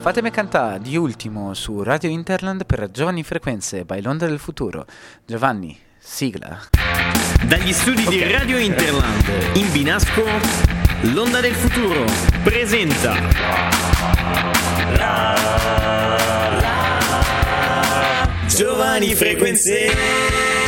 Fatemi cantare di ultimo su Radio Interland per Giovani Frequenze by l'Onda del Futuro. Giovanni, sigla. Dagli studi di Radio Interland in Binasco, l'Onda del Futuro presenta Giovani Frequenze.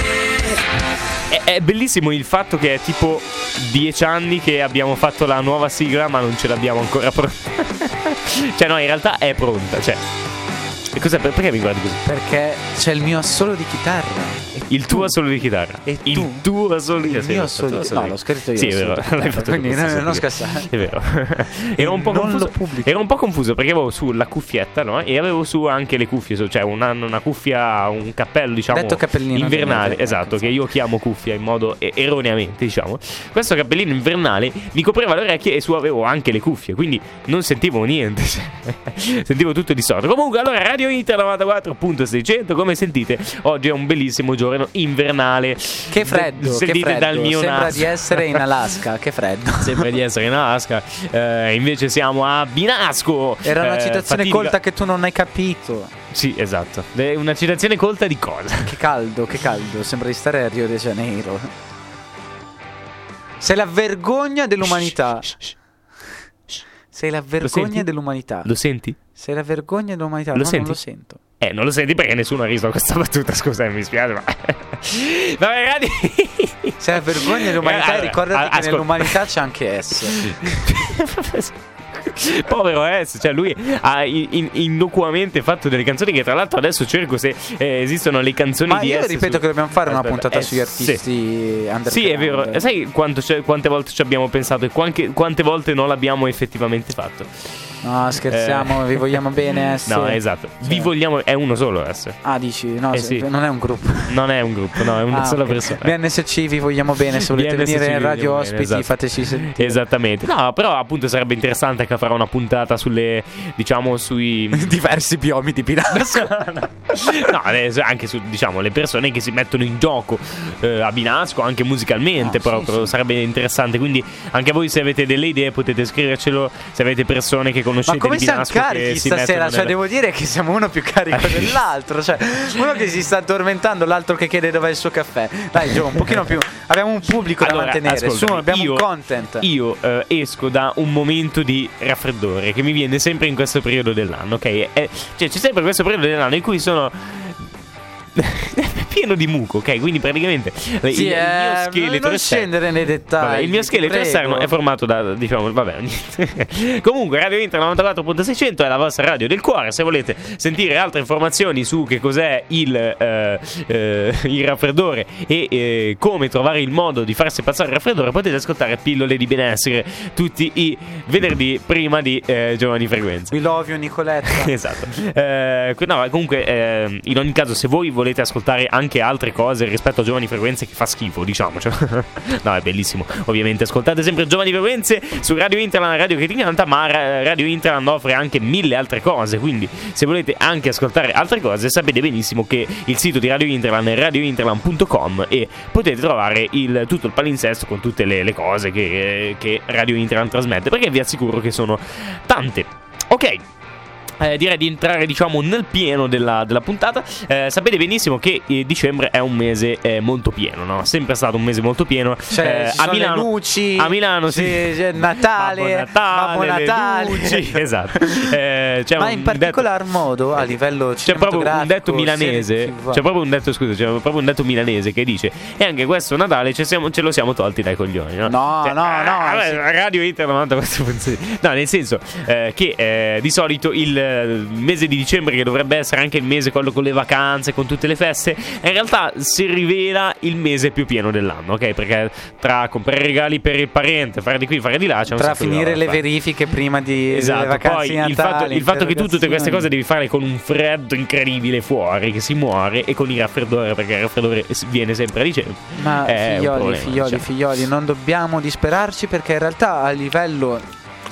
È bellissimo il fatto che è tipo 10 anni che abbiamo fatto la nuova sigla, ma non ce l'abbiamo ancora pronta. Cioè no, in realtà è pronta, cioè. E cos'è? Perché mi guardi così? Perché c'è il mio assolo di chitarra. Il tuo assolo di chitarra. E tu? Il tuo assolo di chitarra. Il mio assolo di chitarra. No, l'ho scritto io. Sì, è vero. L'hai fatto quindi tu, non scherzare. È vero. Ero un po' non confuso. lo pubblico. Ero un po' confuso perché avevo su la cuffietta, no? E avevo su anche le cuffie, cioè una cuffia, un cappello, diciamo, detto cappellino invernale, esatto, che io chiamo cuffia in modo erroneamente, diciamo. Questo cappellino invernale mi copriva le orecchie e su avevo anche le cuffie, quindi non sentivo niente. Sentivo tutto distorto. Comunque, allora, Radio Inter 94.600, come sentite, oggi è un bellissimo giorno invernale. Che freddo, sentite che freddo. dal mio Sembra naso di essere in Alaska, che freddo. Sembra di essere in Alaska, invece siamo a Binasco. Era una citazione fatidica... colta che tu non hai capito. Sì, esatto. Una citazione colta di cosa? Che caldo, sembra di stare a Rio de Janeiro. Sei la vergogna dell'umanità. Sei la vergogna dell'umanità. Lo senti? Sei la vergogna dell'umanità. Lo senti? Non lo sento. Non lo senti perché nessuno ha riso a questa battuta. Scusa, mi spiace, ma vabbè, Radio... Sei la vergogna dell'umanità. Allora, ricordati che nell'umanità c'è anche S. Povero S, cioè lui ha innocuamente fatto delle canzoni che tra l'altro adesso cerco se esistono le canzoni di S. Ma io ripeto che dobbiamo fare una puntata sugli artisti underground. Sì, è vero. Sai quante volte ci abbiamo pensato e quante volte non l'abbiamo effettivamente fatto? No, scherziamo, vi vogliamo bene S. No, esatto. Vi vogliamo, è uno solo S. Ah, dici? No, sì. non è un gruppo. Non è un gruppo, no, è una sola persona. BNSC, vi vogliamo bene. Se volete venire in radio ospiti, esatto. Fateci sentire. Esattamente. No, però appunto sarebbe interessante che farà una puntata sulle, diciamo, sui diversi biomi di Binasco. No, anche su, diciamo, le persone che si mettono in gioco a Binasco, anche musicalmente, proprio. Sì. Sarebbe interessante. Quindi anche voi, se avete delle idee, potete scrivercelo. Se avete persone che conoscete. Ma come di Binasco, siamo carichi stasera? Cioè, devo dire che siamo uno più carico dell'altro. Cioè, uno che si sta addormentando, l'altro che chiede dov'è il suo caffè. Dai, Gio, un pochino più. Abbiamo un pubblico da mantenere. Abbiamo un content. Io esco da un momento di raffreddore che mi viene sempre in questo periodo dell'anno, ok? Cioè, c'è sempre questo periodo dell'anno in cui sono pieno di muco, ok? Quindi praticamente il mio scheletro non scendere nei dettagli. Vabbè, il mio scheletro esterno è formato da, diciamo, vabbè, niente. Comunque Radio Inter 94.600 è la vostra radio del cuore. Se volete sentire altre informazioni su che cos'è il raffreddore e come trovare il modo di farsi passare il raffreddore, potete ascoltare Pillole di benessere tutti i venerdì prima di Giovani Frequenze. We love you, Nicoletta. Esatto. No, comunque in ogni caso, se voi volete ascoltare anche altre cose rispetto a Giovani Frequenze, che fa schifo, diciamo, cioè, no, è bellissimo. Ovviamente ascoltate sempre Giovani Frequenze su Radio Interland, radio che ti canta, ma Radio Interland offre anche 1000 altre cose. Quindi se volete anche ascoltare altre cose, sapete benissimo che il sito di Radio Interland è radiointerland.com e potete trovare tutto il palinsesto con tutte le cose che Radio Interland trasmette, perché vi assicuro che sono tante. Ok. Direi di entrare, diciamo, nel pieno della puntata. Sapete benissimo che dicembre è un mese molto pieno, no? Sempre stato un mese molto pieno. A Milano, le luci, a Milano c'è Natale, Babbo Natale. Luci, esatto. Ma in particolar modo a livello c'è proprio un detto milanese. C'è proprio un detto milanese che dice: e anche questo Natale ce lo siamo tolti dai coglioni, no? No. Radio Inter 94. No, nel senso che di solito il mese di dicembre, che dovrebbe essere anche il mese quello con le vacanze, con tutte le feste, in realtà si rivela il mese più pieno dell'anno, ok? Perché tra comprare regali per il parente, fare di qui, fare di là, c'è un tra finire le verifiche prima di le vacanze di Natale, il fatto che tu tutte queste cose devi fare con un freddo incredibile fuori, che si muore, e con il raffreddore, perché il raffreddore viene sempre a dicembre. Ma figlioli, non dobbiamo disperarci, perché in realtà a livello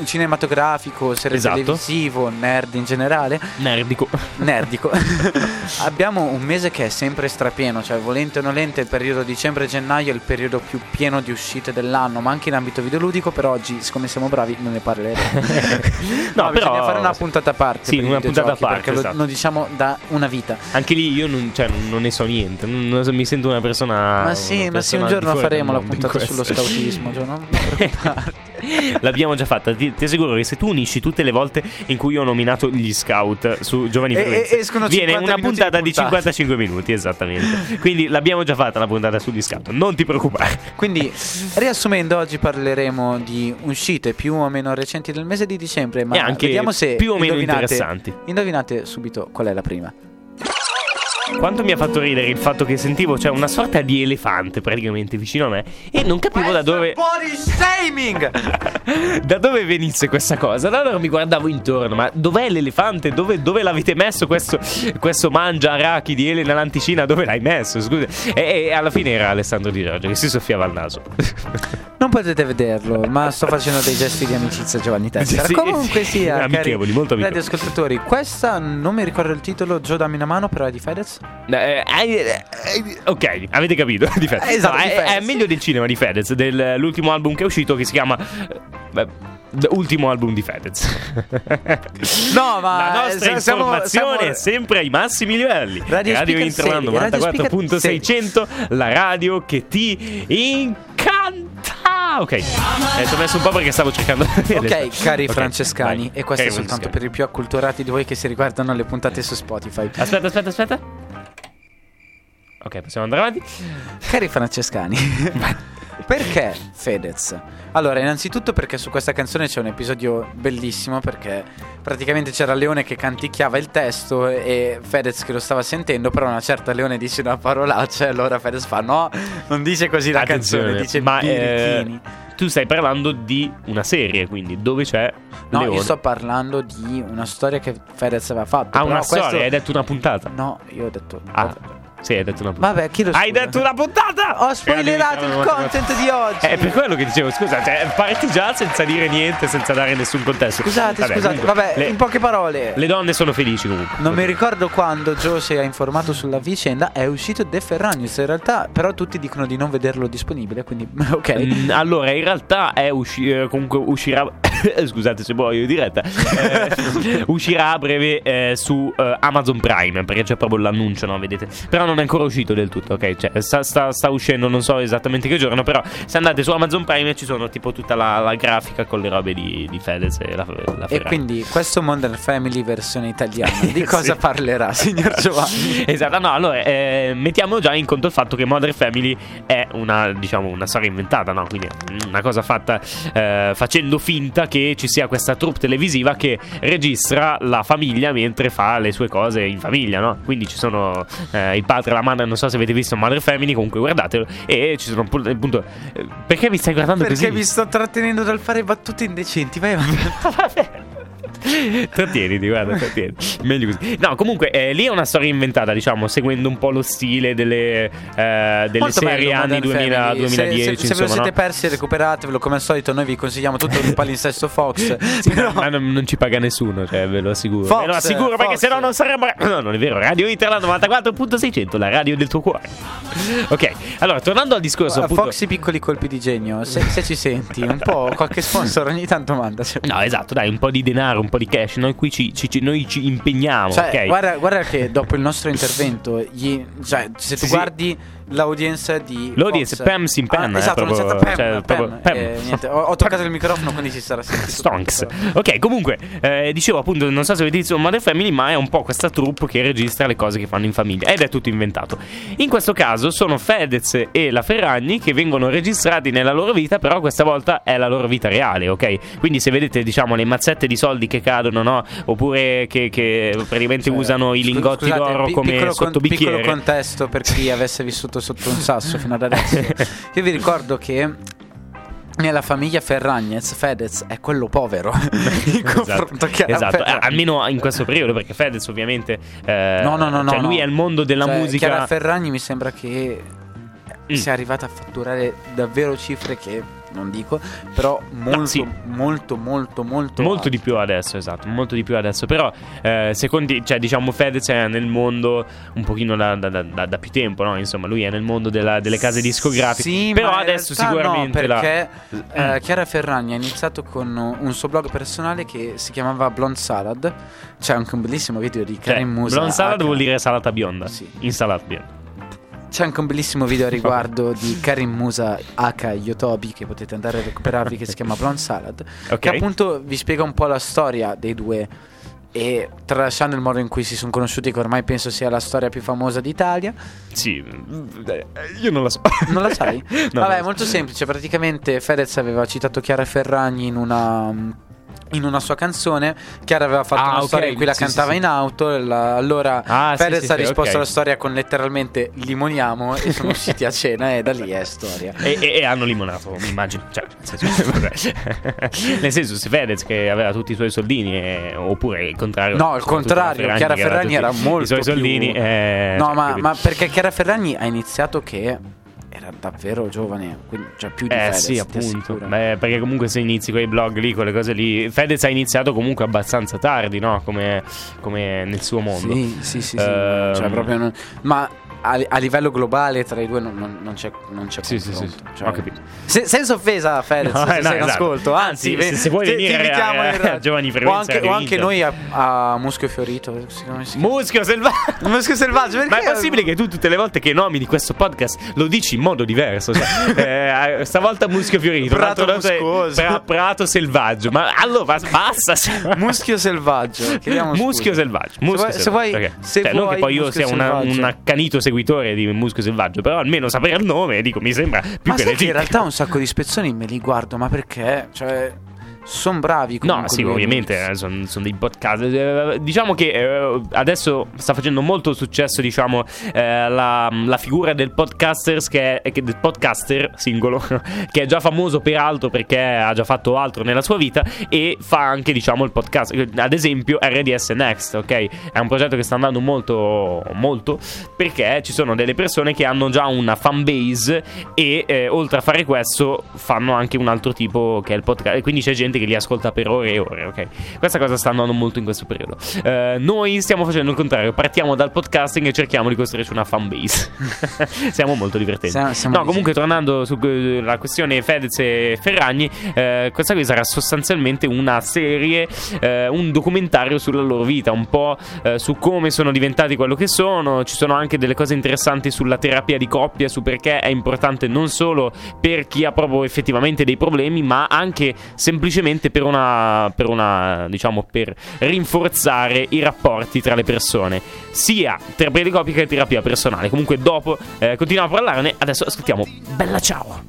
cinematografico, serie televisivo, nerd in generale. Nerdico. Abbiamo un mese che è sempre strapieno, cioè volente o nolente il periodo dicembre-gennaio è il periodo più pieno di uscite dell'anno, ma anche in ambito videoludico. Per oggi, siccome siamo bravi, non ne parleremo. No, però bisogna fare una puntata a parte. Sì, una puntata a parte, perché lo diciamo da una vita. Anche lì io non ne so niente, non mi sento una persona. Ma sì, un giorno faremo la puntata sullo scautismo, non preoccuparti. L'abbiamo già fatta. Ti assicuro che se tu unisci tutte le volte in cui ho nominato gli scout su Giovani Frequenze, viene una puntata di 55 minuti, esattamente. Quindi l'abbiamo già fatta la puntata sugli scout, non ti preoccupare. Quindi, riassumendo, oggi parleremo di uscite più o meno recenti del mese di dicembre, ma anche vediamo se più o meno interessanti. Indovinate subito qual è la prima. Quanto mi ha fatto ridere il fatto che sentivo una sorta di elefante praticamente vicino a me e non capivo da dove body shaming da dove venisse questa cosa. Allora mi guardavo intorno, ma dov'è l'elefante? Dove l'avete messo questo mangia arachi di Elena Lanticina? Dove l'hai messo? Scusa. E alla fine era Alessandro Di Giorgio che si soffiava al naso. Non potete vederlo, ma sto facendo dei gesti di amicizia, Giovanni Tessera. Sì, comunque sia, amichevoli, molto amichevoli. Radioascoltatori, questa non mi ricordo il titolo. Gio, dammi una mano, però è di Fedez. Ok, avete capito. Di Fedez. Esatto, no, di Fedez. È meglio del cinema di Fedez, dell'ultimo album che è uscito, che si chiama ultimo album di Fedez. No, ma la nostra informazione è sempre ai massimi livelli. Radio Interland 94.600, la radio che ti incanta. Ok, ci ho messo un po' perché stavo cercando. Ok, cari francescani, vai. E questo è soltanto per i più acculturati di voi che si riguardano le puntate su Spotify. Aspetta. Ok, possiamo andare avanti. Cari francescani, perché Fedez? Allora, innanzitutto perché su questa canzone c'è un episodio bellissimo, perché praticamente c'era Leone che canticchiava il testo e Fedez che lo stava sentendo, però una certa Leone dice una parolaccia e allora Fedez fa no, non dice così la canzone, dice birichini. Tu stai parlando di una serie, quindi dove c'è No, Leone. io sto parlando di una storia che Fedez aveva fatto. Ah, una storia? Hai detto una puntata? No, io ho detto sì, hai detto una puntata. Vabbè, chi lo scusa? Hai detto una puntata! Ho spoilerato il content di oggi. È per quello che dicevo, scusa, parti già senza dire niente, senza dare nessun contesto. Scusate, vabbè, in poche parole. Le donne sono felici comunque. Non mi ricordo quando Joe si è informato sulla vicenda. È uscito The Ferragnez. In realtà, però, tutti dicono di non vederlo disponibile. Quindi, ok. Allora, in realtà comunque uscirà. Scusate se muoio in diretta. Uscirà a breve su Amazon Prime, perché c'è proprio l'annuncio, no? Vedete? Però non è ancora uscito del tutto, ok? Cioè, sta uscendo, non so esattamente che giorno. Però se andate su Amazon Prime ci sono tipo tutta la grafica con le robe di Fedez e la Ferrari. E quindi questo Modern Family versione italiana di cosa parlerà, signor Giovanni? Esatto, no, allora mettiamo già in conto il fatto che Modern Family è una storia inventata, no? Quindi una cosa fatta facendo finta che ci sia questa troupe televisiva che registra la famiglia mentre fa le sue cose in famiglia, no? Quindi ci sono il padre e la madre, non so se avete visto Modern Family, comunque guardatelo. E ci sono appunto perché mi stai guardando perché così? Perché mi sto trattenendo dal fare battute indecenti. Vai. Trattieniti, guarda, meglio così. No, comunque lì è una storia inventata, diciamo, seguendo un po' lo stile delle serie anni 2010. Se ve lo siete persi, recuperatevelo. Come al solito, noi vi consigliamo tutto il palinsesto Fox. Sì, però... ma non ci paga nessuno, cioè ve lo assicuro. Fox, ve lo assicuro, perché sennò non saremmo. No, non è vero. Radio Interland 94.600, la radio del tuo cuore. Ok, allora tornando al discorso. Fox, i piccoli colpi di genio. Se ci senti, un po' qualche sponsor ogni tanto manda. No, esatto, dai, un po' di denaro, un po' di cash. Noi qui noi ci impegniamo, cioè, ok? Guarda che dopo il nostro intervento se tu guardi l'audience di l'audience Fox, Pam si impenna, esatto, non c'è Pam. Pam. Niente, ho toccato il microfono, quindi si sarà sentito Stonks. Ok, comunque dicevo appunto, non so se avete visto Modern Family, ma è un po' questa troupe che registra le cose che fanno in famiglia ed è tutto inventato. In questo caso sono Fedez e la Ferragni che vengono registrati nella loro vita, però questa volta è la loro vita reale, ok? Quindi se vedete, diciamo, le mazzette di soldi che cadono, no? Oppure che praticamente usano i lingotti d'oro come sottobicchiere. Piccolo contesto per chi avesse vissuto sotto un sasso fino ad adesso. Io vi ricordo che nella famiglia Ferragnez Fedez è quello povero in confronto esatto, almeno in questo periodo, perché Fedez ovviamente no, lui è il mondo della musica. Chiara Ferragni mi sembra che sia arrivata a fatturare davvero cifre che non dico, però molto, sì. molto di più adesso, esatto, molto di più adesso. Però secondi, cioè diciamo Fedez è nel mondo un pochino da più tempo, no? Insomma, lui è nel mondo delle case discografiche. Sì, però ma adesso no, sicuramente perché Chiara Ferragni ha iniziato con un suo blog personale che si chiamava Blonde Salad. C'è anche un bellissimo video di Karin Musa. Blonde Salad vuol dire salata bionda. Sì. Insalata bionda. C'è anche un bellissimo video a riguardo di Karin Musa H. Yotobi, che potete andare a recuperarvi, che si chiama Blonde Salad, che appunto vi spiega un po' la storia dei due, e tralasciando il modo in cui si sono conosciuti, che ormai penso sia la storia più famosa d'Italia. Sì, io non la so. Non la sai? No, Vabbè, no. molto semplice. Praticamente Fedez aveva citato Chiara Ferragni in una sua canzone. Chiara aveva fatto una storia in cui la cantava in auto. Allora Fedez ha risposto alla storia con letteralmente limoniamo, e sono usciti a cena, e da lì è storia. E hanno limonato, mi immagino. Cioè, nel senso, se Fedez che aveva tutti i suoi soldini, oppure il contrario. No, il contrario. Chiara Ferragni era molto i suoi soldini. No, ma perché Chiara Ferragni ha iniziato che era davvero giovane, quindi già più di Fedez. Sì, appunto. Beh, perché comunque se inizi quei blog lì, quelle cose lì, Fedez ha iniziato comunque abbastanza tardi, no? Come nel suo mondo. Sì. Cioè, proprio ma a livello globale tra i due non c'è confronto. Sì. Cioè, Ho capito. Senza offesa, Fedez, se sei in esatto. ascolto. Anzi, se vuoi venire ti invitiamo a Giovani Frequenze, o anche noi a Muschio Fiorito. Muschio Selvaggio. Muschio Selvaggio. Ma è possibile che tu tutte le volte che nomini questo podcast lo dici in modo diverso? Cioè, stavolta Muschio Fiorito, Prato Muscoso, Prato Selvaggio. Ma allora basta. Muschio Selvaggio. Muschio Selvaggio. Se vuoi, non che poi io sia un accanito seguitore di Muschio Selvaggio, però almeno sapere il nome, dico, mi sembra più che legittimo. In realtà un sacco di spezzoni me li guardo, ma perché? Cioè, sono bravi comunque. No, sì, ovviamente sono dei podcast. Diciamo che adesso sta facendo molto successo, diciamo, la figura del podcaster del podcaster singolo, che è già famoso peraltro perché ha già fatto altro nella sua vita e fa anche, diciamo, il podcast. Ad esempio RDS Next, ok? È un progetto che sta andando molto perché ci sono delle persone che hanno già una fan base e oltre a fare questo fanno anche un altro tipo che è il podcast, e quindi c'è gente che li ascolta per ore e ore, ok? Questa cosa sta andando molto in questo periodo. Noi stiamo facendo il contrario, partiamo dal podcasting e cerchiamo di costruirci una fan base. Siamo molto divertenti. Comunque tornando sulla questione Fedez e Ferragni, questa qui sarà sostanzialmente una serie, un documentario sulla loro vita, un po' su come sono diventati quello che sono. Ci sono anche delle cose interessanti sulla terapia di coppia, su perché è importante non solo per chi ha proprio effettivamente dei problemi, ma anche semplicemente per una diciamo, per rinforzare i rapporti tra le persone, sia terapia di coppia che terapia personale. Comunque dopo continuiamo a parlarne. Adesso ascoltiamo Bella Ciao.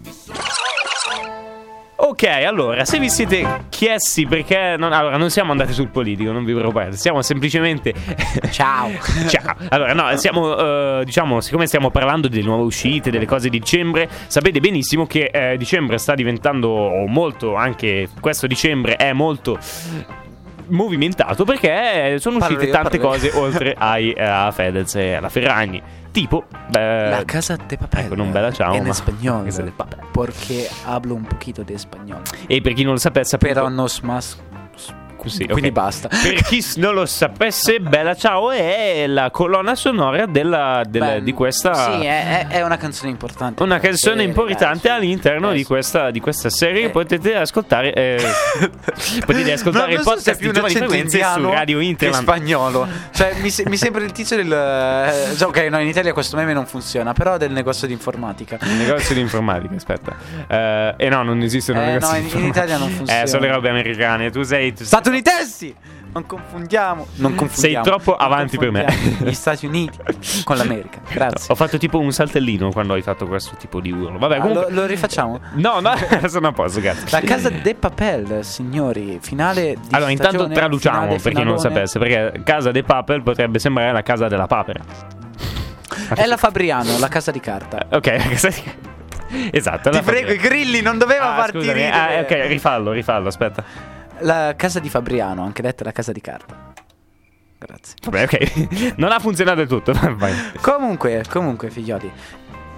Ok, allora, se vi siete chiesti perché non siamo andati sul politico, non vi preoccupate, siamo semplicemente Ciao. Allora, no, siamo diciamo, siccome stiamo parlando delle nuove uscite, delle cose di dicembre, sapete benissimo che dicembre sta diventando molto, anche questo dicembre è molto movimentato perché sono uscite tante cose oltre a Fedez e alla Ferragni. Tipo La Casa de Papel. Ecco, non Bella Ciao, en ma español, Casa porque hablo un poquito de español. E per chi non lo sapesse, Pero nos más. Sì, quindi okay. Basta. Per chi non lo sapesse, Bella Ciao è la colonna sonora di questa. Sì, è una canzone importante. Una canzone importante all'interno di questa serie. Potete ascoltare. Potete ascoltare il podcast di Giovani Frequenze su Radio Interland. Che spagnolo. Cioè, mi sembra il tizio del. Ok, no, in Italia questo meme non funziona, però del negozio di informatica. Il negozio di informatica, aspetta. No, non esistono negozi di informatica. In Italia non funziona. Sono le robe americane. Tu sei. Statunitensi! Non confondiamo. Sei troppo avanti per me. Gli Stati Uniti con l'America. Grazie. Ho fatto tipo un saltellino quando hai fatto questo tipo di urlo. Vabbè, comunque. Lo rifacciamo? No, sono a posto, grazie. La Casa de Papel, signori. Finale di allora, intanto stagione, traduciamo per chi non sapesse, perché Casa de Papel potrebbe sembrare la casa della papera. È la Fabriano, la casa di carta. Ok, la casa di carta. Esatto. Ti prego, i grilli non doveva farti ridere. Ok, rifallo, aspetta. La casa di Fabriano, anche detta la casa di carta. Grazie. Vabbè, ok. Non ha funzionato tutto. Vai. Comunque, figlioli.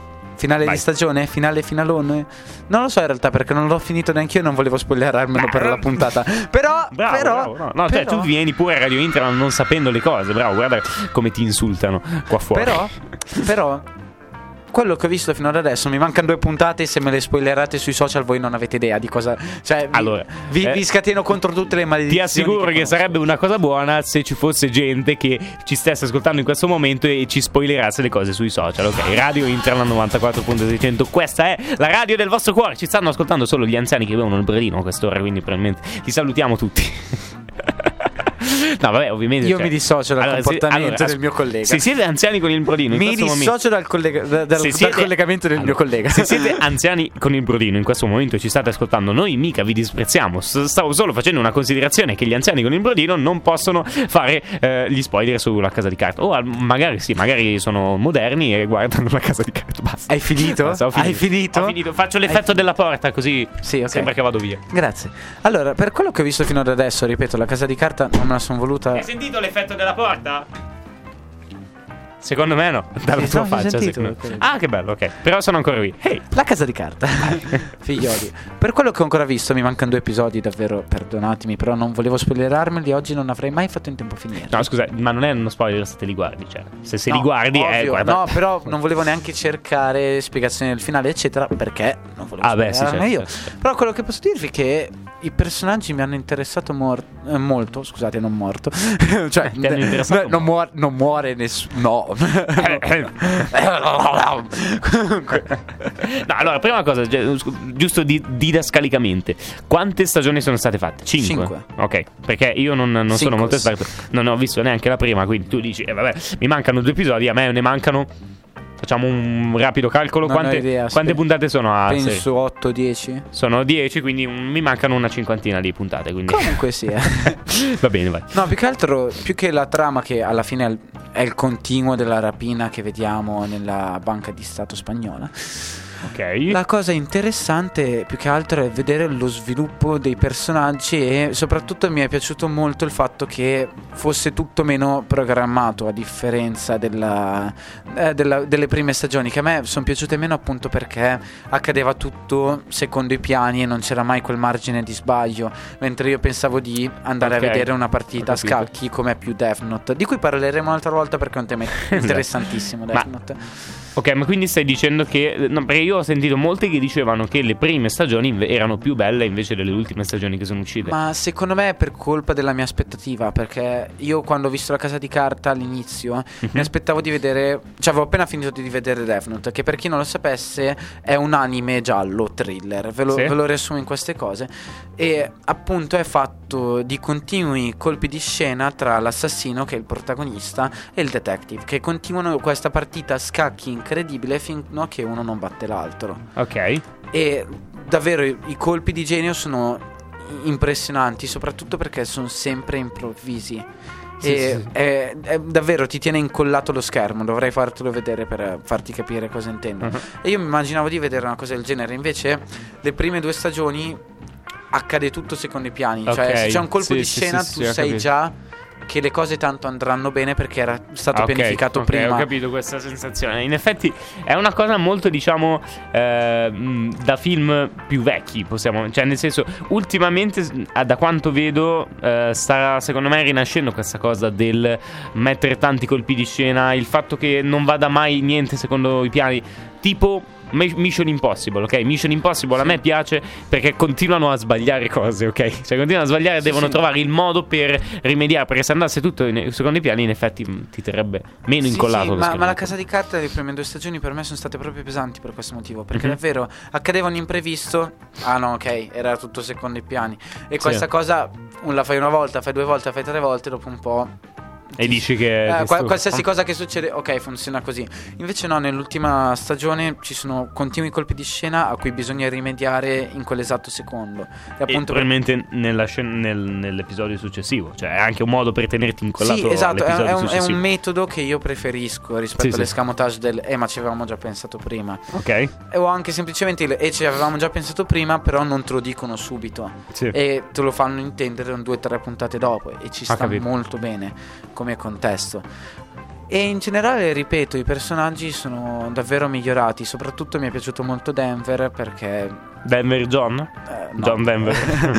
Finale di stagione? Finalone? Non lo so in realtà, perché non l'ho finito neanche io, non volevo spoilerarmelo per la puntata. Però bravo. No, cioè tu vieni pure a Radio Interland non sapendo le cose. Bravo, guarda come ti insultano qua fuori. Però quello che ho visto fino ad adesso, mi mancano 2 puntate, se me le spoilerate sui social voi non avete idea di cosa, cioè vi scateno contro tutte le maledizioni. Ti assicuro che sarebbe una cosa buona se ci fosse gente che ci stesse ascoltando in questo momento e ci spoilerasse le cose sui social. Ok, Radio Interland 94.600, questa è la radio del vostro cuore. Ci stanno ascoltando solo gli anziani che bevono il brodino a quest'ora, quindi probabilmente li salutiamo tutti. No, vabbè, ovviamente. Io mi dissocio dal comportamento del mio collega. Se siete anziani con il brodino, mi dissocio dal collegamento del mio collega. Se siete anziani con il brodino in questo momento e ci state ascoltando, noi mica vi disprezziamo. Stavo solo facendo una considerazione: che gli anziani con il brodino non possono fare gli spoiler sulla Casa di Carta. O magari sì, magari sono moderni e guardano la Casa di Carta. Basta. Hai finito? Hai finito? Ho finito. Faccio l'effetto della porta, così sembra che vado via. Grazie. Allora, per quello che ho visto fino ad adesso, ripeto, la Casa di Carta non me la sono voluta. Hai sentito l'effetto della porta? Secondo me no, dalla tua faccia. Ah, che bello, ok. Però sono ancora qui. Hey. La Casa di Carta. Figlioli. Per quello che ho ancora visto, mi mancano 2 episodi, davvero, perdonatemi, però non volevo spoilerarmeli, oggi non avrei mai fatto in tempo a finire. No, scusa, ma non è uno spoiler se te li guardi, cioè. Se li guardi guarda. No, però non volevo neanche cercare spiegazioni del finale, eccetera, perché non volevo spoilerarmi io. Certo. Però quello che posso dirvi è che i personaggi mi hanno interessato molto, scusate, non morto. Cioè, ti hanno interessato non muore nessuno. No. No, allora, prima cosa, giusto didascalicamente, quante stagioni sono state fatte? 5. Ok, perché io non sono molto esperto, non ho visto neanche la prima, quindi tu dici vabbè, mi mancano 2 episodi, a me ne mancano. Facciamo un rapido calcolo. Quante puntate sono a serie? Penso 8-10. Sono 10, quindi mi mancano una cinquantina di puntate, quindi. Comunque sì. Va bene, vai. No, più che altro, più che la trama, che alla fine è il continuo della rapina che vediamo nella Banca di Stato spagnola. Ok. La cosa interessante più che altro è vedere lo sviluppo dei personaggi, e soprattutto mi è piaciuto molto il fatto che fosse tutto meno programmato, a differenza delle prime stagioni, che a me sono piaciute meno appunto perché accadeva tutto secondo i piani e non c'era mai quel margine di sbaglio, mentre io pensavo di andare a vedere una partita a scacchi come più Death Note, di cui parleremo un'altra volta perché è un tema interessantissimo. Death Note. Ok, ma quindi stai dicendo che... No, perché io ho sentito molti che dicevano che le prime stagioni erano più belle invece delle ultime stagioni che sono uscite. Ma secondo me è per colpa della mia aspettativa, perché io quando ho visto la Casa di Carta all'inizio mi aspettavo di vedere... Cioè avevo appena finito di vedere Death Note, che per chi non lo sapesse è un anime giallo thriller, ve lo riassumo in queste cose. E appunto è fatto di continui colpi di scena tra l'assassino, che è il protagonista, e il detective, che continuano questa partita a scacchi incredibile fino a che uno non batte l'altro. Ok. E davvero i colpi di genio sono impressionanti, soprattutto perché sono sempre improvvisi. Sì. È davvero, ti tiene incollato lo schermo. Dovrei fartelo vedere per farti capire cosa intendo. E io mi immaginavo di vedere una cosa del genere. Invece le prime 2 stagioni accade tutto secondo i piani. Cioè se c'è un colpo di scena tu sai già che le cose tanto andranno bene perché era stato pianificato prima. Ho capito questa sensazione. In effetti è una cosa molto, diciamo, da film più vecchi, possiamo, cioè nel senso, ultimamente da quanto vedo sta secondo me rinascendo questa cosa del mettere tanti colpi di scena, il fatto che non vada mai niente secondo i piani, tipo Mission Impossible, ok? Mission Impossible a me piace perché continuano a sbagliare cose, ok? Cioè continuano a sbagliare, devono trovare il modo per rimediare, perché se andasse tutto secondo i piani in effetti ti terrebbe meno incollato. Ma la Casa di Carta delle prime 2 stagioni per me sono state proprio pesanti per questo motivo, perché davvero accadeva un imprevisto. Ah no, ok, era tutto secondo i piani. E questa cosa la fai una volta, fai 2 volte, fai 3 volte, dopo un po'... E dici che qualsiasi cosa che succede, ok, funziona così. Invece no, nell'ultima stagione ci sono continui colpi di scena a cui bisogna rimediare in quell'esatto secondo. E appunto probabilmente nell'episodio successivo. Cioè è anche un modo per tenerti incollato. Sì, esatto, è un metodo che io preferisco rispetto all'escamotage del ma ci avevamo già pensato prima. Ok. O anche semplicemente ci avevamo già pensato prima, però non te lo dicono subito. E te lo fanno intendere 2 o 3 puntate dopo. E ci sta molto bene come contesto. E in generale, ripeto, i personaggi sono davvero migliorati. Soprattutto mi è piaciuto molto Denver perché... Denver John? no. John Denver.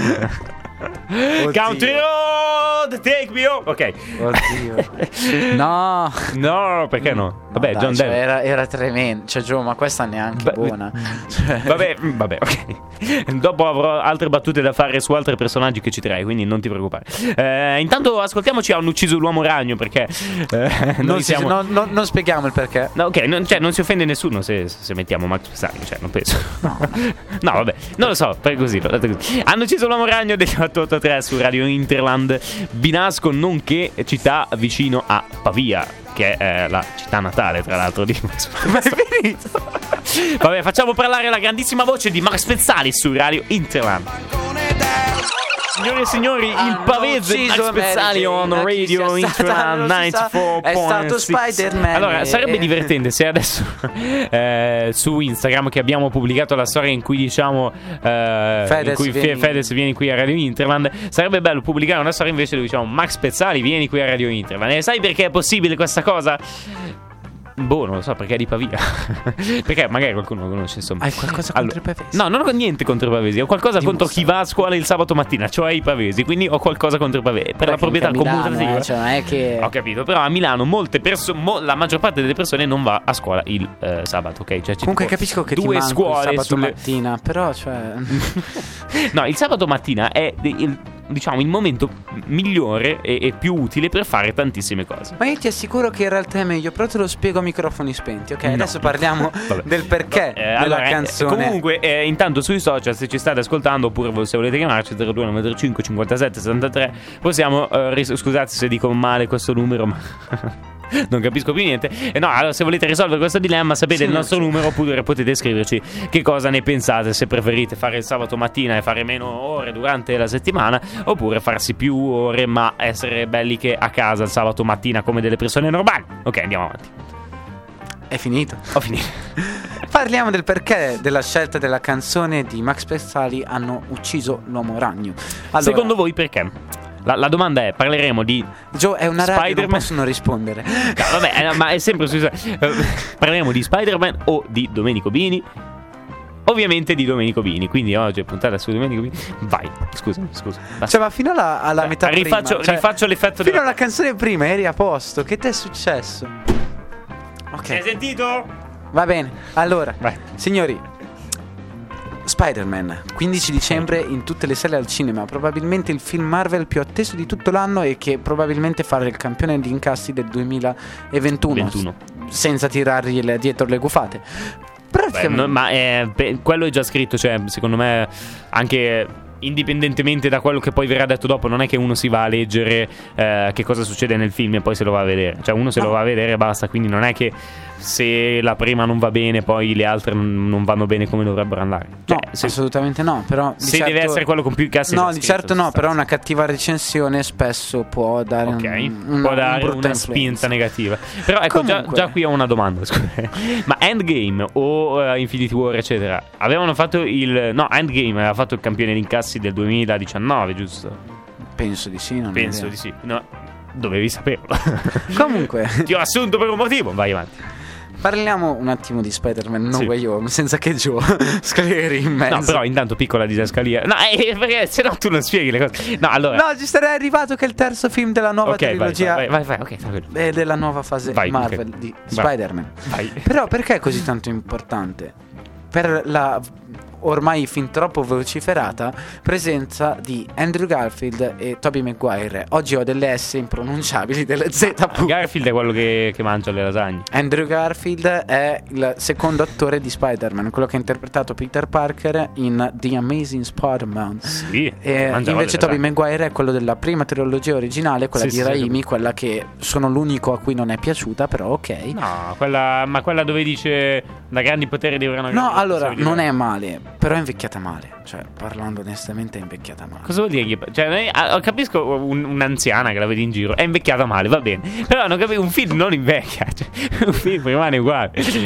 Country Road, take me home. Ok. Oddio. No. No, perché no? Vabbè, dai, John cioè, Denver. era tremendo. Cioè, Gio, ma questa neanche buona. Vabbè, ok. Dopo avrò altre battute da fare su altri personaggi che citerei, quindi non ti preoccupare. Intanto ascoltiamoci Hanno ucciso l'uomo ragno, perché noi siamo... non spieghiamo il perché. No, ok, non si offende nessuno se mettiamo Max Pezzali, cioè non penso. No, vabbè, non lo so, per così. Hanno ucciso l'uomo ragno degli 883 su Radio Interland, Binasco, nonché città vicino a Pavia, che è la città natale, tra l'altro, di Max Pezzali. Ma è finito? Vabbè, facciamo parlare la grandissima voce di Max Pezzali su Radio Interland. Signore e signori, il pavese Max Pezzali on Radio Interland 94.6. È stato Spider-Man. Allora, sarebbe divertente se adesso su Instagram, che abbiamo pubblicato la storia in cui diciamo Fedez vieni qui a Radio Interland, sarebbe bello pubblicare una storia invece dove diciamo Max Pezzali vieni qui a Radio Interland. E sai perché è possibile questa cosa? Boh, non lo so, perché è di Pavia. Perché magari qualcuno lo conosce, insomma. Hai qualcosa contro i pavesi? No, non ho niente contro i pavesi. Ho qualcosa contro chi va a scuola il sabato mattina, cioè i pavesi. Quindi ho qualcosa contro i pavesi. Per la proprietà commutativa. Cioè, non è che... Ho capito, però a Milano molte persone, la maggior parte delle persone non va a scuola il sabato, ok? Cioè, comunque capisco che due ti scuole il sabato mattina, però cioè... No, il sabato mattina è diciamo il momento migliore e più utile per fare tantissime cose. Ma io ti assicuro che in realtà è meglio, però te lo spiego a microfoni spenti, ok? No. Adesso parliamo del perché della allora, canzone. Comunque, intanto sui social, se ci state ascoltando, oppure se volete chiamarci 0295 57 73, possiamo scusate se dico male questo numero, ma non capisco più niente. No, allora se volete risolvere questo dilemma, sapete il nostro numero, oppure potete scriverci che cosa ne pensate, se preferite fare il sabato mattina e fare meno ore durante la settimana, oppure farsi più ore ma essere belli che a casa il sabato mattina come delle persone normali. Ok, andiamo avanti. È finito. Ho finito. Parliamo del perché della scelta della canzone di Max Pezzali Hanno ucciso l'uomo ragno. Allora, secondo voi perché? La domanda è, parleremo di Gio, è una radio, Spider-Man. non possono rispondere. No, vabbè, ma è sempre parleremo di Spider-Man o di Domenico Bini? Ovviamente di Domenico Bini. Quindi oggi è puntata su Domenico Bini. Vai, scusa. Cioè, ma fino alla metà rifaccio l'effetto fino alla canzone prima eri a posto. Che ti è successo? Ok. Hai sentito? Va bene. Allora, vai. Signori, Spider-Man, 15 dicembre in tutte le sale al cinema. Probabilmente il film Marvel più atteso di tutto l'anno e che probabilmente farà il campione di incassi del 2021. Senza tirargli dietro le gufate. Quello è già scritto, cioè, secondo me, anche indipendentemente da quello che poi verrà detto dopo, non è che uno si va a leggere che cosa succede nel film e poi se lo va a vedere. Cioè, uno se lo va a vedere e basta. Quindi non è che se la prima non va bene poi le altre non vanno bene come dovrebbero andare. Cioè, no, assolutamente no. Però se deve essere quello con più incassi, no, di certo no. Però una cattiva recensione spesso può dare una spinta negativa. Però ecco, già qui ho una domanda, scusa. Ma Endgame o Infinity War eccetera avevano fatto Endgame aveva fatto il campione di incassi del 2019, giusto? Penso di sì. Penso di sì. No, dovevi saperlo. Comunque ti ho assunto per un motivo. Vai avanti. Parliamo un attimo di Spider-Man No Way Home, senza che Gio scleri in mezzo. No, però intanto piccola didascalia. No, perché se no tu non spieghi le cose. No, allora. No, ci sarei arrivato che è il terzo film della nuova trilogia. Vai, ok. Della nuova fase Marvel di Spider-Man. Vai. Però perché è così tanto importante? Per la ormai fin troppo vociferata presenza di Andrew Garfield e Tobey Maguire. Oggi ho delle S impronunciabili, delle Z. Garfield è quello che mangia le lasagne. Andrew Garfield è il secondo attore di Spider-Man, quello che ha interpretato Peter Parker in The Amazing Spider-Man. Sì. E invece Tobey Maguire è quello della prima trilogia originale, quella di Raimi, quella che sono l'unico a cui non è piaciuta, però ok. No, quella dove dice da grandi poteri di una. No, allora non è male. Però è invecchiata male. Cioè, parlando onestamente, è invecchiata male. Cosa vuol dire? Cioè, capisco un'anziana che la vedi in giro, è invecchiata male, va bene. Però non capisco, un film non invecchia. Cioè, un film rimane uguale.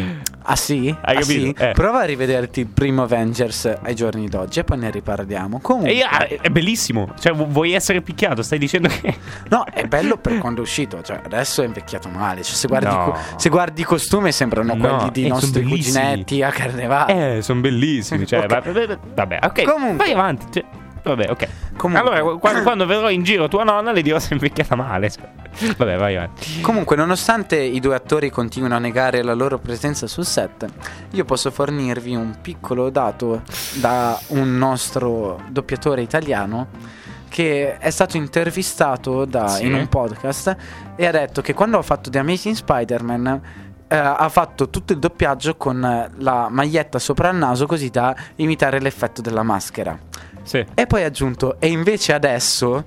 Ah sì? Hai capito? Sì? Prova a rivederti il primo Avengers ai giorni d'oggi e poi ne riparliamo. Comunque È bellissimo. Cioè, vuoi essere picchiato? Stai dicendo che... No, è bello per quando è uscito. Cioè, adesso è invecchiato male. Cioè, No. se guardi i costumi sembrano quelli di sono nostri bellissimi. cuginetti a carnevale. Sono bellissimi. Cioè, Ok. vabbè, ok. Comunque. Vai avanti. Cioè, vabbè, ok. Comunque. Allora, quando vedrò in giro tua nonna, le dirò se è invecchiata male. Cioè. Vabbè, vai avanti. Comunque, nonostante i due attori continuino a negare la loro presenza sul set, io posso fornirvi un piccolo dato da un nostro doppiatore italiano che è stato intervistato Sì. in un podcast e ha detto che quando ha fatto The Amazing Spider-Man ha fatto tutto il doppiaggio con la maglietta sopra il naso così da imitare l'effetto della maschera. Sì. E poi ha aggiunto: e invece adesso.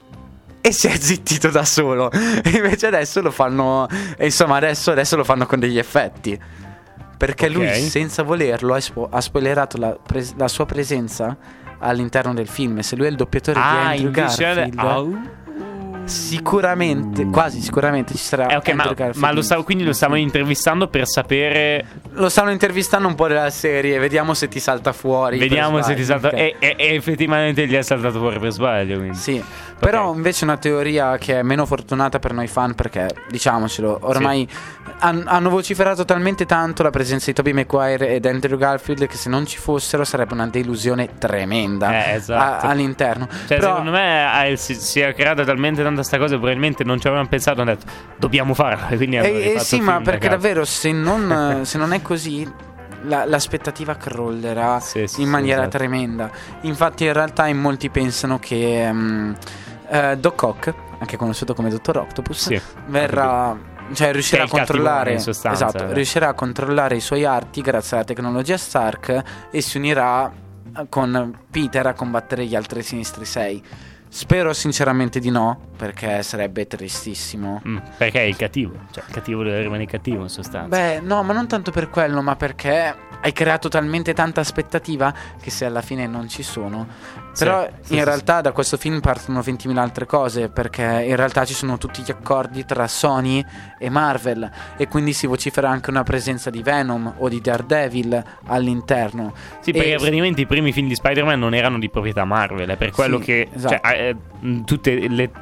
E si è zittito da solo. E invece adesso lo fanno. E insomma, adesso lo fanno con degli effetti. Perché Ok. lui, senza volerlo, ha spoilerato la sua presenza all'interno del film. E se lui è il doppiatore di Andrew Garfield, sicuramente, quasi sicuramente ci sarà Ok, Andrew Garfield. ma quindi lo stavano intervistando per sapere. Lo stanno intervistando un po' della serie. Vediamo se ti salta fuori. Vediamo per se ti sbaglio, salta. ok? E effettivamente gli è saltato fuori per sbaglio. Quindi. Sì, però invece una teoria che è meno fortunata per noi fan, perché diciamocelo, ormai hanno vociferato talmente tanto la presenza di Tobey Maguire ed Andrew Garfield che se non ci fossero sarebbe una delusione tremenda Esatto. all'interno. Cioè, Però, secondo me si è creata talmente tanta sta cosa, probabilmente non ci avevano pensato, hanno detto dobbiamo farla. Quindi hanno rifatto sì, il ma film, perché ragazzi. davvero se non è così l'aspettativa crollerà Sì, in maniera esatto. tremenda. Infatti in realtà in molti pensano che Doc Ock, anche conosciuto come Dottor Octopus, Sì, verrà, cioè riuscirà a Che è il cattivone, controllare, in sostanza, esatto, riuscirà a controllare i suoi arti grazie alla tecnologia Stark e si unirà con Peter a combattere gli altri Sinistri 6. Spero sinceramente di no, perché sarebbe tristissimo. Perché è il cattivo. Cioè, il cattivo deve rimanere cattivo, in sostanza. Beh, no, ma non tanto per quello, ma perché hai creato talmente tanta aspettativa che se alla fine non ci sono. Però in realtà da questo film partono 20.000 altre cose, perché in realtà ci sono tutti gli accordi tra Sony e Marvel e quindi si vocifera anche una presenza di Venom o di Daredevil all'interno. Sì, perché praticamente i primi film di Spider-Man non erano di proprietà Marvel, è per quello Sì, che esatto. tutte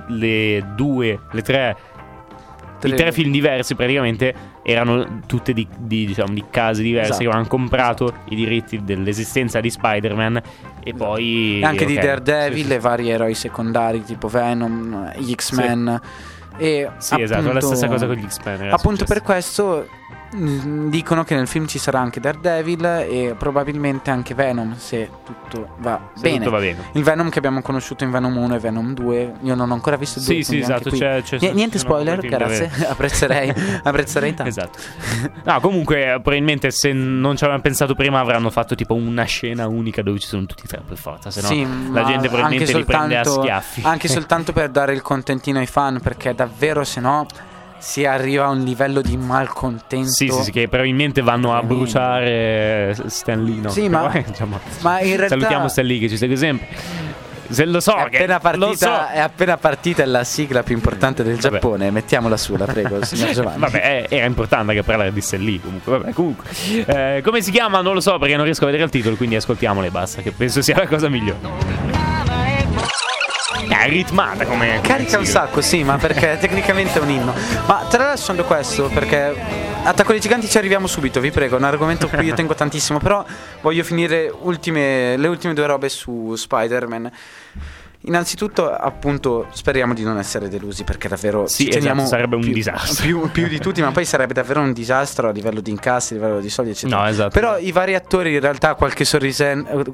i tre film diversi praticamente erano tutte di case diverse, Esatto. che avevano comprato i diritti dell'esistenza di Spider-Man e poi E anche di ok, Daredevil sì, e vari eroi secondari tipo Venom, gli X-Men. E sì, esatto, appunto, la stessa cosa con gli X-Men era appunto successo. per questo dicono che nel film ci sarà anche Daredevil e probabilmente anche Venom, se tutto va Se bene. tutto va bene. Il Venom che abbiamo conosciuto in Venom 1 e Venom 2, io non ho ancora visto il 2. Sì, esatto, Niente ci sono spoiler, quei film grazie. apprezzerei tanto. Esatto. No, comunque, probabilmente se non ci avevano pensato prima avranno fatto tipo una scena unica dove ci sono tutti e tre per forza. Se no, Sì, la ma gente probabilmente anche li prende a soltanto- schiaffi. Anche soltanto per dare il contentino ai fan, perché davvero se no si arriva a un livello di malcontento. Sì, che probabilmente vanno a bruciare Stan Lee, no? Sì, ma in realtà salutiamo Stan Lee che ci segue sempre. Se lo so, è appena partita la sigla più importante del Vabbè. Giappone. Mettiamola su, la prego, signor Giovanni. Vabbè, era importante anche parlare di Stan Lee. Comunque. Come si chiama? Non lo so perché non riesco a vedere il titolo, quindi ascoltiamolo e basta, che penso sia la cosa migliore. È ritmata come Carica un sacco, sì, ma perché tecnicamente è un inno. Ma tralasciando questo, perché Attacco dei Giganti ci arriviamo subito, vi prego. È un argomento a cui io tengo tantissimo, però voglio finire le ultime due robe su Spider-Man. Innanzitutto, appunto, speriamo di non essere delusi, perché davvero Sì, ci teniamo esatto, sarebbe un disastro. più di tutti, ma poi sarebbe davvero un disastro a livello di incassi, a livello di soldi, eccetera. No, esatto. Però i vari attori in realtà qualche sorrisetto,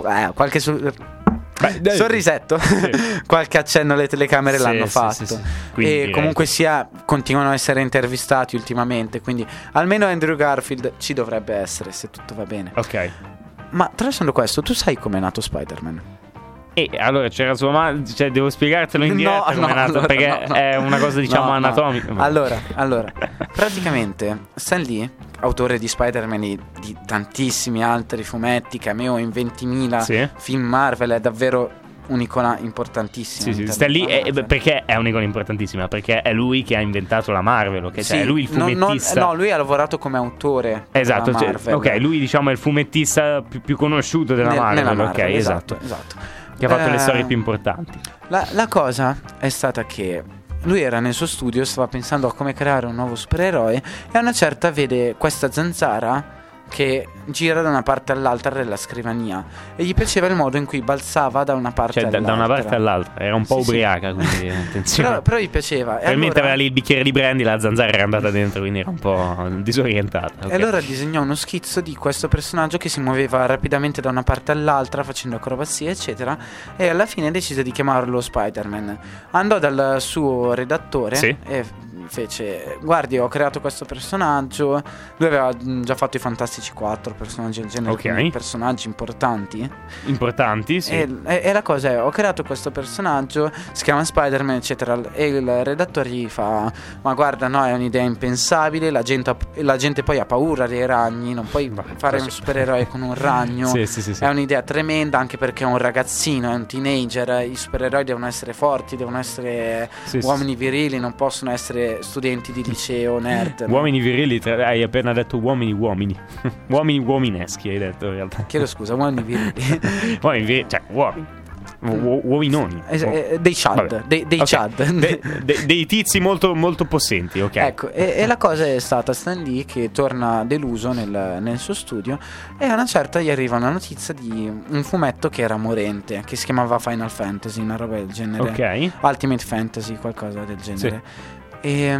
qualche accenno alle telecamere Sì, l'hanno sì, fatto. sì. Quindi E direi comunque sia, continuano a essere intervistati ultimamente, quindi almeno Andrew Garfield ci dovrebbe essere, se tutto va bene. Ok. Ma tralasciando questo, tu sai com'è nato Spider-Man? E allora c'era sua madre, cioè devo spiegartelo in diretta come è nato, allora, perché no. è una cosa diciamo No, no. anatomica. Allora, praticamente Stan Lee, autore di Spider-Man e di tantissimi altri fumetti, cameo in 20.000 Sì. film Marvel, è davvero un'icona importantissima. Sì, sta lì perché è un'icona importantissima, perché è lui che ha inventato la Marvel, okay? Cioè, è lui il fumettista. No, lui ha lavorato come autore. Esatto, della Marvel. ok, lui diciamo è il fumettista più conosciuto della Marvel, nella Marvel, ok, esatto. Che ha fatto le storie più importanti. La cosa è stata che lui era nel suo studio, stava pensando a come creare un nuovo supereroe, e a una certa vede questa zanzara che gira da una parte all'altra della scrivania, e gli piaceva il modo in cui balzava da una parte all'altra. Da una parte all'altra, era un po' ubriaca, quindi attenzione. Però gli piaceva. Probabilmente aveva lì il bicchiere di brandy, la zanzara era andata dentro, quindi era un po' disorientata. Okay. E allora disegnò uno schizzo di questo personaggio che si muoveva rapidamente da una parte all'altra facendo acrobazie eccetera, e alla fine decise di chiamarlo Spider-Man. Andò dal suo redattore e fece: guardi, ho creato questo personaggio. Lui aveva già fatto i Fantastici 4, personaggi del genere, personaggi importanti, sì. E la cosa è: ho creato questo personaggio, si chiama Spider-Man eccetera, e il redattore gli fa: ma guarda, no, è un'idea impensabile, la gente poi ha paura dei ragni, non puoi fare un supereroe con un ragno. Sì. È un'idea tremenda, anche perché è un ragazzino, è un teenager, i supereroi devono essere forti, devono essere uomini virili, non possono essere studenti di liceo nerd. Uomini virili, hai appena detto uomini uomineschi, hai detto in realtà. Chiedo scusa, uomini virili. Cioè uomini. Uominoni. Dei Chad. Dei Chad. Dei tizi molto, molto possenti, ok. Ecco, e la cosa è stata Stan Lee che torna deluso nel suo studio, e a una certa gli arriva una notizia di un fumetto che era morente, che si chiamava Final Fantasy, una roba del genere. Ok. Ultimate Fantasy, qualcosa del genere. E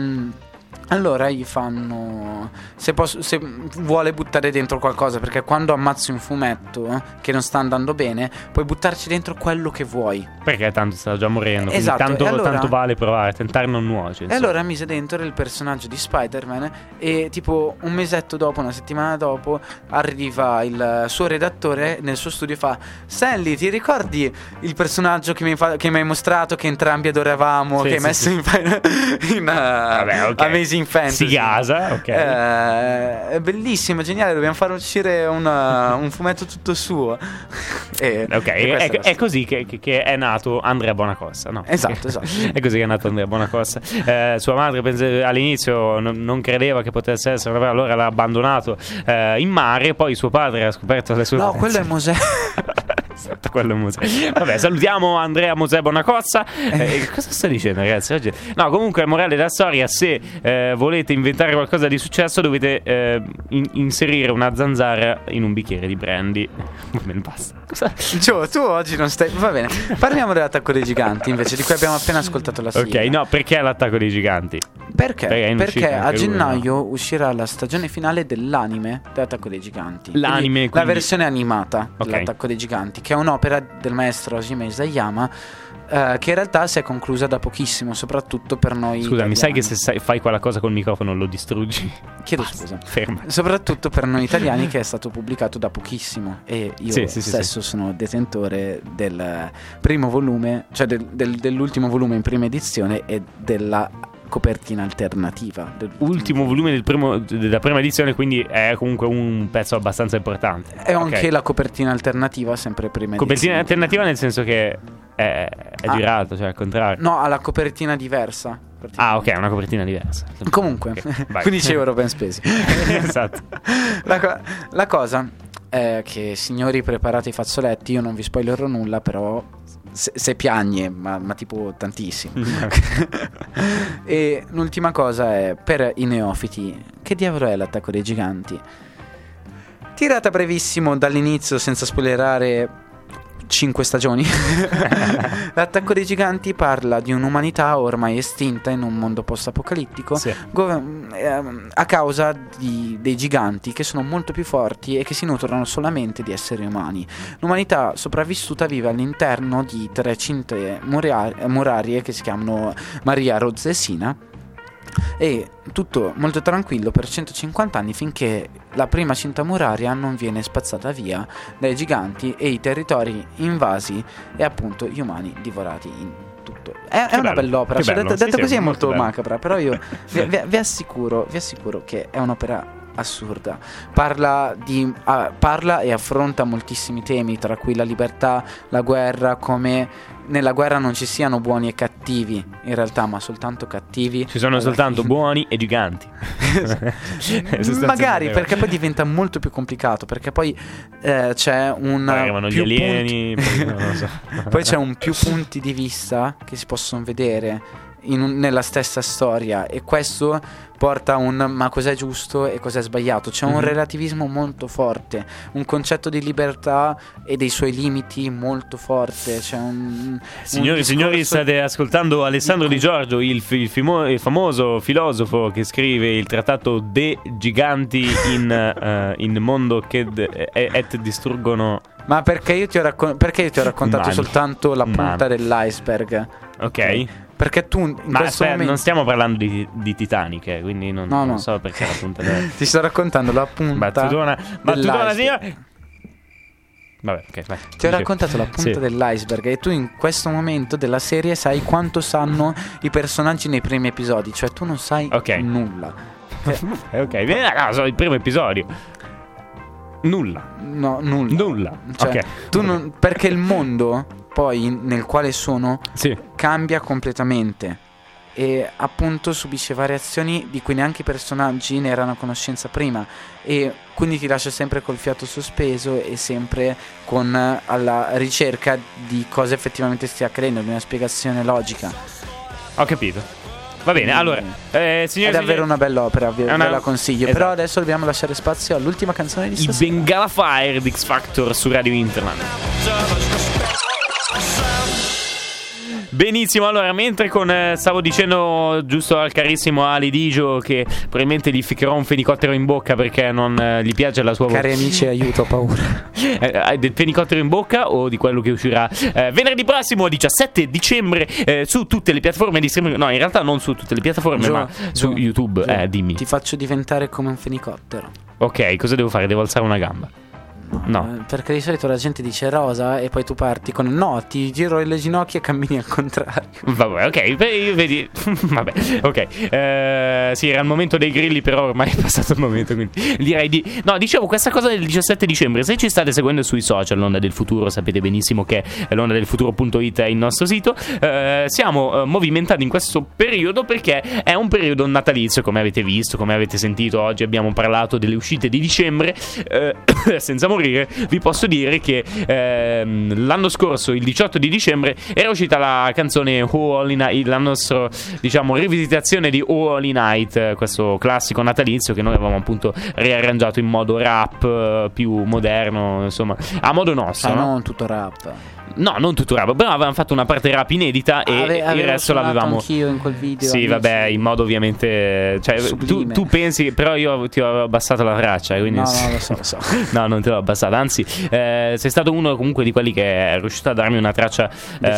allora gli fanno: se vuole buttare dentro qualcosa, perché quando ammazzi un fumetto che non sta andando bene, puoi buttarci dentro quello che vuoi, perché tanto sta già morendo. Esatto. Tanto vale provare, tentare non nuoce. E allora mise dentro il personaggio di Spider-Man, e tipo un mesetto dopo, una settimana dopo, arriva il suo redattore nel suo studio e fa: Stanley, ti ricordi il personaggio che mi hai mostrato, che entrambi adoravamo, che hai messo in Amazing Fantasy? Si gasa, ok. È bellissimo, geniale, dobbiamo far uscire un fumetto tutto suo. È così che è nato Andrea Bonacossa, no? Esatto. È così che è nato Andrea Bonacossa. Sua madre all'inizio non credeva che potesse essere, allora l'ha abbandonato in mare, poi suo padre ha scoperto le sue... No, quello è Mosè. Esatto, quello è Mosè. Vabbè, salutiamo Andrea Mosè Bonacossa. Cosa sta dicendo, ragazzi? Oggi... No, comunque la morale della storia: se volete inventare qualcosa di successo, dovete inserire una zanzara in un bicchiere di brandy. Bene, basta. Tu oggi non stai... Va bene, parliamo dell'attacco dei giganti invece, di cui abbiamo appena ascoltato la sigla. Ok, no, perché l'attacco dei giganti? Perché a gennaio uscirà la stagione finale dell'anime dell'attacco dei giganti. L'anime, la versione animata dell'attacco dei giganti, che è un'opera del maestro Hajime Isayama, che in realtà si è conclusa da pochissimo, soprattutto per noi italiani. Sai che se fai quella cosa col microfono lo distruggi? Chiedo scusa. Ferma. Soprattutto per noi italiani, che è stato pubblicato da pochissimo, e io stesso sono detentore del primo volume, cioè dell'ultimo volume in prima edizione, e della copertina alternativa. Ultimo volume della prima edizione, quindi è comunque un pezzo abbastanza importante. E anche la copertina alternativa, sempre prima edizione. Copertina alternativa nel senso che è girato, cioè al contrario. No, ha la copertina diversa. Ah, ok, una copertina diversa. Comunque, okay, 15 euro ben spesi. Esatto. La cosa è che, signori, preparate i fazzoletti. Io non vi spoilerò nulla, però se piagne, ma tipo tantissimo. E l'ultima cosa è, per i neofiti: che diavolo è l'attacco dei giganti? Tirata brevissimo dall'inizio, senza spoilerare 5 stagioni. L'attacco dei giganti parla di un'umanità ormai estinta in un mondo post-apocalittico, a causa dei giganti che sono molto più forti e che si nutrono solamente di esseri umani. L'umanità sopravvissuta vive all'interno di 3 cinte murarie che si chiamano Maria, Rozza e Sina, e tutto molto tranquillo per 150 anni, finché la prima cinta muraria non viene spazzata via dai giganti e i territori invasi, e appunto gli umani divorati in tutto. È una bell'opera, cioè, detta così è molto macabra, però io vi assicuro che è un'opera assurda. Parla e affronta moltissimi temi, tra cui la libertà, la guerra, come nella guerra non ci siano buoni e cattivi in realtà, ma soltanto cattivi. Ci sono soltanto buoni e giganti. Magari, perché poi diventa molto più complicato, perché poi c'è un arrivano gli alieni, poi c'è un più punti di vista che si possono vedere nella stessa storia, e questo porta a un ma cos'è giusto e cos'è sbagliato. C'è un relativismo molto forte, un concetto di libertà e dei suoi limiti molto forte. C'è Signori, state ascoltando Alessandro Di Giorgio, il famoso filosofo che scrive il trattato De Giganti in mondo che et distruggono. Ma perché io ti ho raccontato soltanto la punta dell'iceberg? Ok. Perché tu momento... non stiamo parlando di Titanic, quindi non so perché la punta ti sto raccontando la punta battutona signora. Vabbè, ok, vai. Ti ho raccontato la punta dell'iceberg, e tu in questo momento della serie sai quanto sanno i personaggi nei primi episodi. Cioè tu non sai nulla. Ok, vieni a caso il primo episodio. Nulla. No, nulla. Cioè, ok. Perché il mondo poi nel quale sono cambia completamente, e appunto subisce variazioni di cui neanche i personaggi ne erano a conoscenza prima, e quindi ti lascia sempre col fiato sospeso e sempre alla ricerca di cosa effettivamente stia accadendo, di una spiegazione logica. Ho capito. Va bene, allora, signori, è davvero una bella opera, ve la consiglio. Esatto. Però adesso dobbiamo lasciare spazio all'ultima canzone di stasera. I Bengala Fire di X Factor su Radio Interland. Benissimo, allora, mentre stavo dicendo giusto al carissimo Ali Digio che probabilmente gli ficcherò un fenicottero in bocca perché non gli piace la sua voce. Cari amici, aiuto, ho paura. Del fenicottero in bocca o di quello che uscirà venerdì prossimo 17 dicembre su tutte le piattaforme di streaming? No, in realtà non su tutte le piattaforme, ma su YouTube. Dimmi. Ti faccio diventare come un fenicottero. Ok, cosa devo fare? Devo alzare una gamba? No, perché di solito la gente dice rosa e poi tu parti con no, ti giro le ginocchia e cammini al contrario. Vabbè, ok, vedi. Vabbè, ok. Sì, era il momento dei grilli, però ormai è passato il momento, quindi direi no, dicevo questa cosa del 17 dicembre. Se ci state seguendo sui social, l'Onda del Futuro, sapete benissimo che londadelfuturo.it è il nostro sito. Siamo movimentati in questo periodo perché è un periodo natalizio, come avete visto, come avete sentito. Oggi abbiamo parlato delle uscite di dicembre. Senza morire, vi posso dire che l'anno scorso, il 18 di dicembre, era uscita la canzone Oh Holy Night, la nostra, diciamo, rivisitazione di Oh Holy Night, questo classico natalizio che noi avevamo appunto riarrangiato in modo rap, più moderno, insomma, a modo nostro. Non tutto rap. No, non tutto rap, però avevamo fatto una parte rap inedita e il resto l'avevamo anch'io in quel video. Sì, vabbè, in modo ovviamente, cioè, tu pensi, però io ti ho abbassato la traccia, quindi no, lo so. No, non te l'ho abbassata, anzi, sei stato uno comunque di quelli che è riuscito a darmi una traccia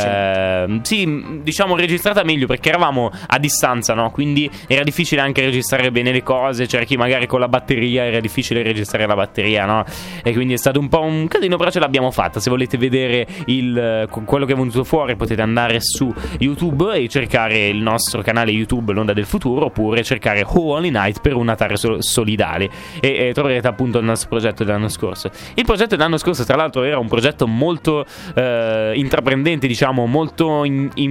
sì, diciamo registrata meglio, perché eravamo a distanza, no? Quindi era difficile anche registrare bene le cose, cerchi magari con la batteria, era difficile registrare la batteria, no? E quindi è stato un po' un casino, però ce l'abbiamo fatta. Se volete vedere quello che è venuto fuori, potete andare su YouTube e cercare il nostro canale YouTube L'Onda del Futuro, oppure cercare Oh Holy Night per un Natale solidale e troverete appunto il nostro progetto dell'anno scorso. Il progetto dell'anno scorso, tra l'altro, era un progetto molto intraprendente, diciamo, molto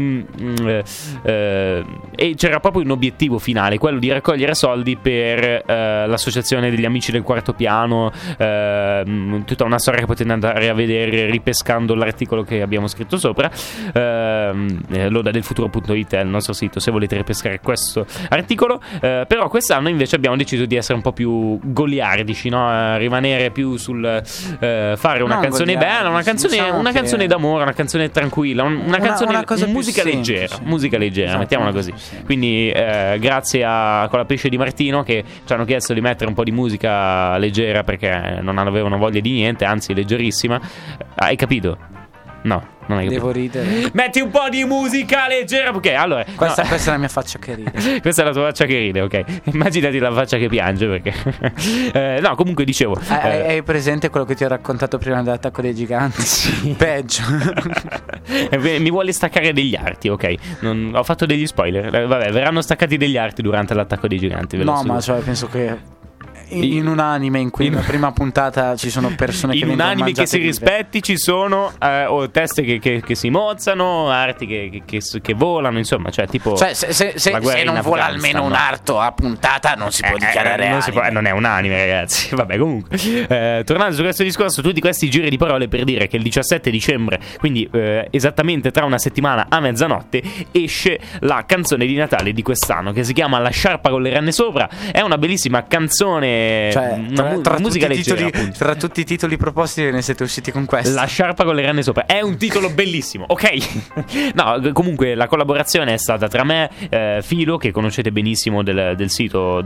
e c'era proprio un obiettivo finale, quello di raccogliere soldi per l'associazione degli amici del quarto piano, tutta una storia che potete andare a vedere ripescando l'articolo che abbiamo scritto sopra. Londadelfuturo.it è il nostro sito se volete ripescare questo articolo. Però quest'anno invece abbiamo deciso di essere un po' più goliardici, no? Rimanere più sul fare una canzone bella, una canzone d'amore, una canzone tranquilla, una canzone, musica leggera, mettiamola così. Quindi grazie a Colapesce di Martino, che ci hanno chiesto di mettere un po' di musica leggera perché non avevano voglia di niente, anzi leggerissima. Hai capito? No, non hai capito. Devo ridere. Metti un po' di musica leggera. Ok, allora questa è la mia faccia che ride. Questa è la tua faccia che ride, ok. Immaginati la faccia che piange, perché no, comunque dicevo, hai presente quello che ti ho raccontato prima dell'attacco dei giganti? Sì. Peggio. Mi vuole staccare degli arti, ok. Ho fatto degli spoiler. Vabbè, verranno staccati degli arti durante l'attacco dei giganti. No, ma cioè penso che in un anime in cui nella prima puntata ci sono persone che in un vengono anime che mangiate si vive. rispetti ci sono teste che si mozzano, arti che volano, insomma, cioè tipo Cioè se la guerra non in vola Afghanistan, almeno un arto a puntata non si può dichiarare non è un anime, ragazzi. Vabbè, comunque tornando su questo discorso, tutti questi giri di parole per dire che il 17 dicembre, quindi esattamente tra una settimana a mezzanotte, esce la canzone di Natale di quest'anno che si chiama La sciarpa con le renne sopra. È una bellissima canzone, cioè, una musica leggera, tra tutti i titoli proposti ne siete usciti con questo. La sciarpa con le renne sopra è un titolo bellissimo, ok? No, comunque la collaborazione è stata tra me, Filo, che conoscete benissimo del sito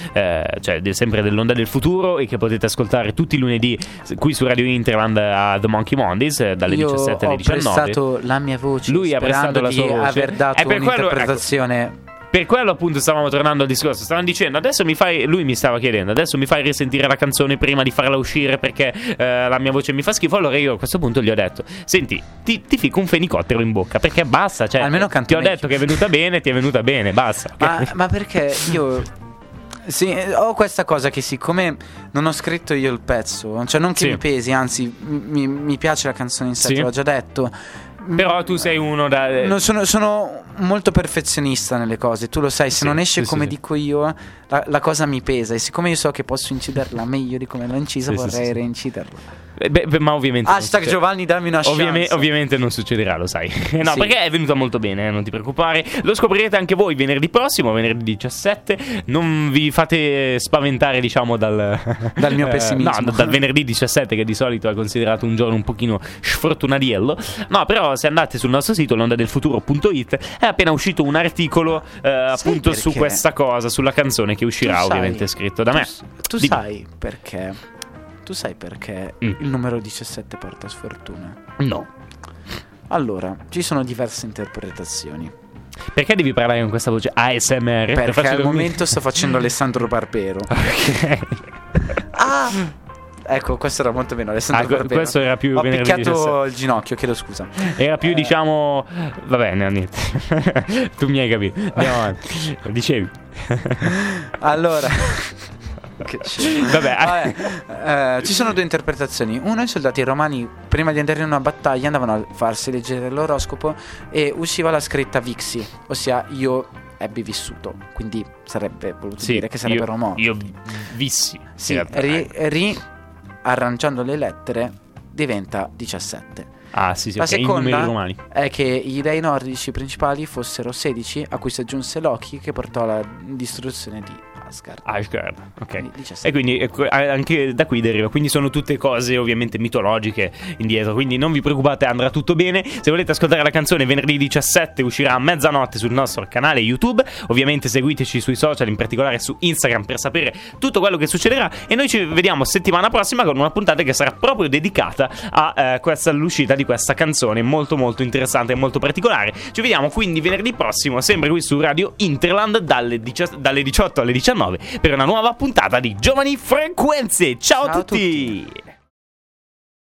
sempre dell'Onda del Futuro, e che potete ascoltare tutti i lunedì qui su Radio Interland a The Monkey Mondays dalle 17 alle 19. Io ho prestato la mia voce, lui ha prestato la sua voce, aver dato un'interpretazione. Per quello appunto stavamo tornando al discorso. Stavano dicendo lui mi stava chiedendo, adesso mi fai risentire la canzone prima di farla uscire perché la mia voce mi fa schifo. Allora io a questo punto gli ho detto: senti, ti fico un fenicottero in bocca, perché basta, cioè, almeno ti ho detto che è venuta bene, ti è venuta bene, basta. Ma perché io sì, ho questa cosa che siccome non ho scritto io il pezzo, cioè non che mi pesi, anzi mi piace la canzone in sé, te l'ho già detto. Però tu sei uno da... Sono molto perfezionista nelle cose, tu lo sai, se non esce come dico io, la cosa mi pesa, e siccome io so che posso inciderla meglio di come l'ho incisa, vorrei reinciderla. Ma ovviamente hashtag Giovanni, dammi una chance. Ovviamente non succederà, lo sai. No, perché è venuta molto bene, non ti preoccupare. Lo scoprirete anche voi venerdì prossimo, venerdì 17. Non vi fate spaventare, diciamo, dal mio pessimismo. No, dal venerdì 17, che di solito è considerato un giorno un pochino sfortunadiello. No, però se andate sul nostro sito londadelfuturo.it è appena uscito un articolo appunto su questa cosa, sulla canzone che uscirà, ovviamente scritto da me. Tu sai perché? Tu sai perché il numero 17 porta sfortuna? No. Allora, ci sono diverse interpretazioni. Perché devi parlare con questa voce ASMR? Perché al momento sto facendo Alessandro Barbero. Ok. Ecco, questo era molto bene, Alessandro Barbero. Questo era più Ho venerdì picchiato 17. il ginocchio, chiedo scusa. Era più vabbè, no, niente. Tu mi hai capito. Andiamo avanti. Dicevi. Allora Vabbè. ci sono due interpretazioni. Uno, i soldati romani prima di andare in una battaglia andavano a farsi leggere l'oroscopo e usciva la scritta Vixi, ossia io ebbi vissuto, quindi sarebbe voluto dire che sarebbero morti. Io vissi. Sì, arrangiando le lettere diventa 17. Ah, sì, La seconda romani è che i dei nordici principali fossero 16, a cui si aggiunse Loki, che portò alla distruzione di Asgard. Ok. E quindi anche da qui deriva. Quindi sono tutte cose ovviamente mitologiche indietro. Quindi non vi preoccupate, andrà tutto bene. Se volete ascoltare la canzone, venerdì 17 uscirà a mezzanotte sul nostro canale YouTube. Ovviamente seguiteci sui social, in particolare su Instagram, per sapere tutto quello che succederà. E noi ci vediamo settimana prossima con una puntata che sarà proprio dedicata a l'uscita di questa canzone molto molto interessante e molto particolare. Ci vediamo quindi venerdì prossimo, sempre qui su Radio Interland dalle 18 alle 19 per una nuova puntata di Giovani Frequenze. Ciao a tutti.